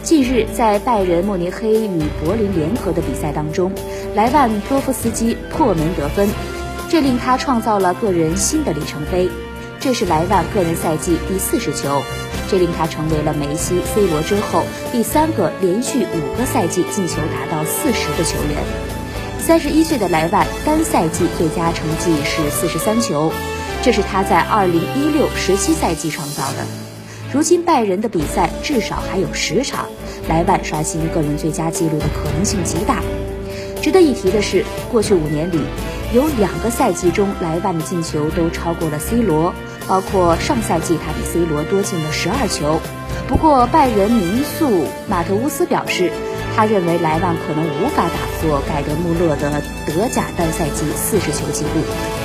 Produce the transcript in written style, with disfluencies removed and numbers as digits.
近日，在拜仁慕尼黑与柏林联合的比赛当中，莱万多夫斯基破门得分，这令他创造了个人新的里程碑。这是莱万个人赛季第40球，这令他成为了梅西、C 罗之后第3个连续5个赛季进球达到40的球员。31岁的莱万单赛季最佳成绩是43球，这是他在2016-17赛季创造的。如今拜仁的比赛至少还有10场，莱万刷新个人最佳纪录的可能性极大。值得一提的是，过去5年里，有2个赛季中莱万的进球都超过了 C 罗，包括上赛季他比 C 罗多进了12球。不过拜仁名宿马特乌斯表示，他认为莱万可能无法打破盖德穆勒的德甲单赛季40球纪录。